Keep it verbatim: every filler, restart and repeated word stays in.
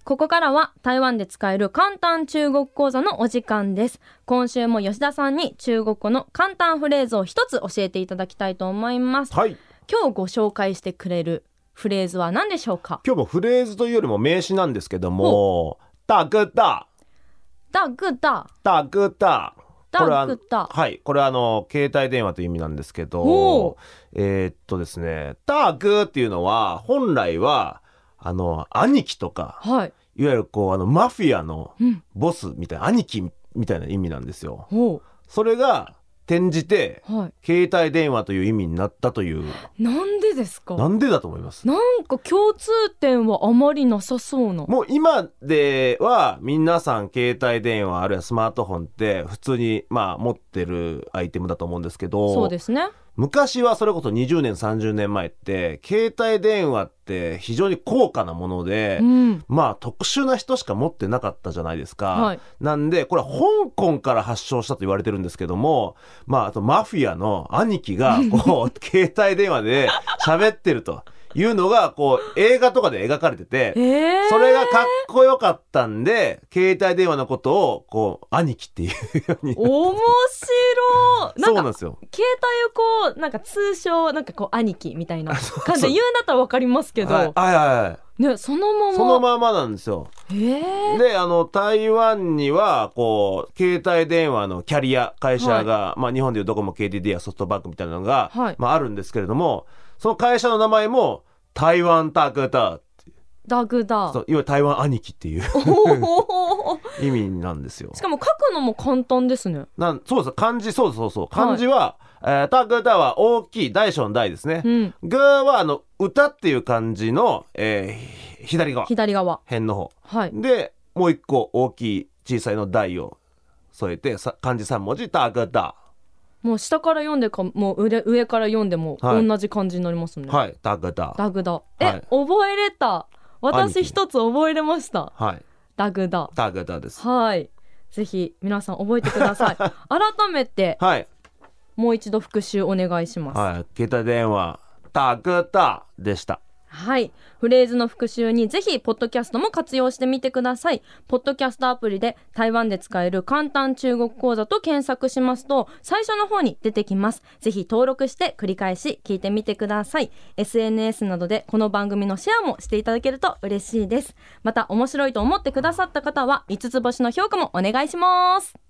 ここからは台湾で使える簡単中国講座のお時間です。今週も吉田さんに中国語の簡単フレーズを一つ教えていただきたいと思います、 はい、 今日ご紹介してくれるフレーズは何でしょうか？ 今日もフレーズというよりも名詞なんですけども、大哥大大哥大大哥大大哥大、 はい、これはあの携帯電話という意味なんですけど、えー、っとですね大哥っていうのは本来はあの兄貴とか、 はい、 いわゆるこうあのマフィアのボスみたいな、うん、兄貴みたいな意味なんですよ。それが転じて、はい、携帯電話という意味になったという。 なんでですか？ なんでだと思います？ なんか共通点はあまりなさそうな。 もう今では皆さん携帯電話あるいはスマートフォンって普通にまあ持ってるアイテムだと思うんですけど、 そうですね。 昔はそれこそにじゅうねんさんじゅうねんまえって携帯電話って非常に高価なもので、うん、まあ特殊な人しか持ってなかったじゃないですか、はい、なんでこれは香港から発祥したと言われてるんですけども、まああとマフィアの兄貴がこう携帯電話で喋ってるというのがこう映画とかで描かれてて、えー、それがかっこよかったんで携帯電話のことをこう兄貴っていうように。 面白い。 そうなんですよ。 携帯をこうなんか通称なんかこう兄貴みたいな感じで言うんだったら分かりますけど、 はいはいはい、 ね、そのままそのままなんですよ。 えー、 であの台湾にはこう携帯電話のキャリア会社が、はい、まあ、日本でいうドコモ ケーティーディー やソフトバンクみたいなのが、はい、まあ、あるんですけれども、その会社の名前も台湾大哥大大哥大、 そういわゆる台湾兄貴っていう意味なんですよ。 しかも書くのも簡単ですね。 なんそうです漢字、そうそうそう漢字は、はい、えー、大哥大は大きい大小の大ですね、うん、がはあの歌っていう漢字の、えー、左側左側辺の方、 はい、 でもう一個大きい小さいの大を添えて漢字さん文字大哥大。 もう下から読んでかもう 上, 上から読んでも同じ漢字になりますね。 はい、大哥大大哥大、え、はい、覚えれた。私一つ覚えれました。 はい、 大哥大大哥大です。 はい、ぜひ皆さん覚えてください改めて、 はい、 もう一度復習お願いします。 はい、携帯電話大哥大でした。 はい、フレーズの復習にぜひポッドキャストも活用してみてください。ポッドキャストアプリで台湾で使える簡単中国講座と検索しますと最初の方に出てきます。ぜひ登録して繰り返し聞いてみてください。 エスエヌエス などでこの番組のシェアもしていただけると嬉しいです。また面白いと思ってくださった方はいつつ星の評価もお願いします。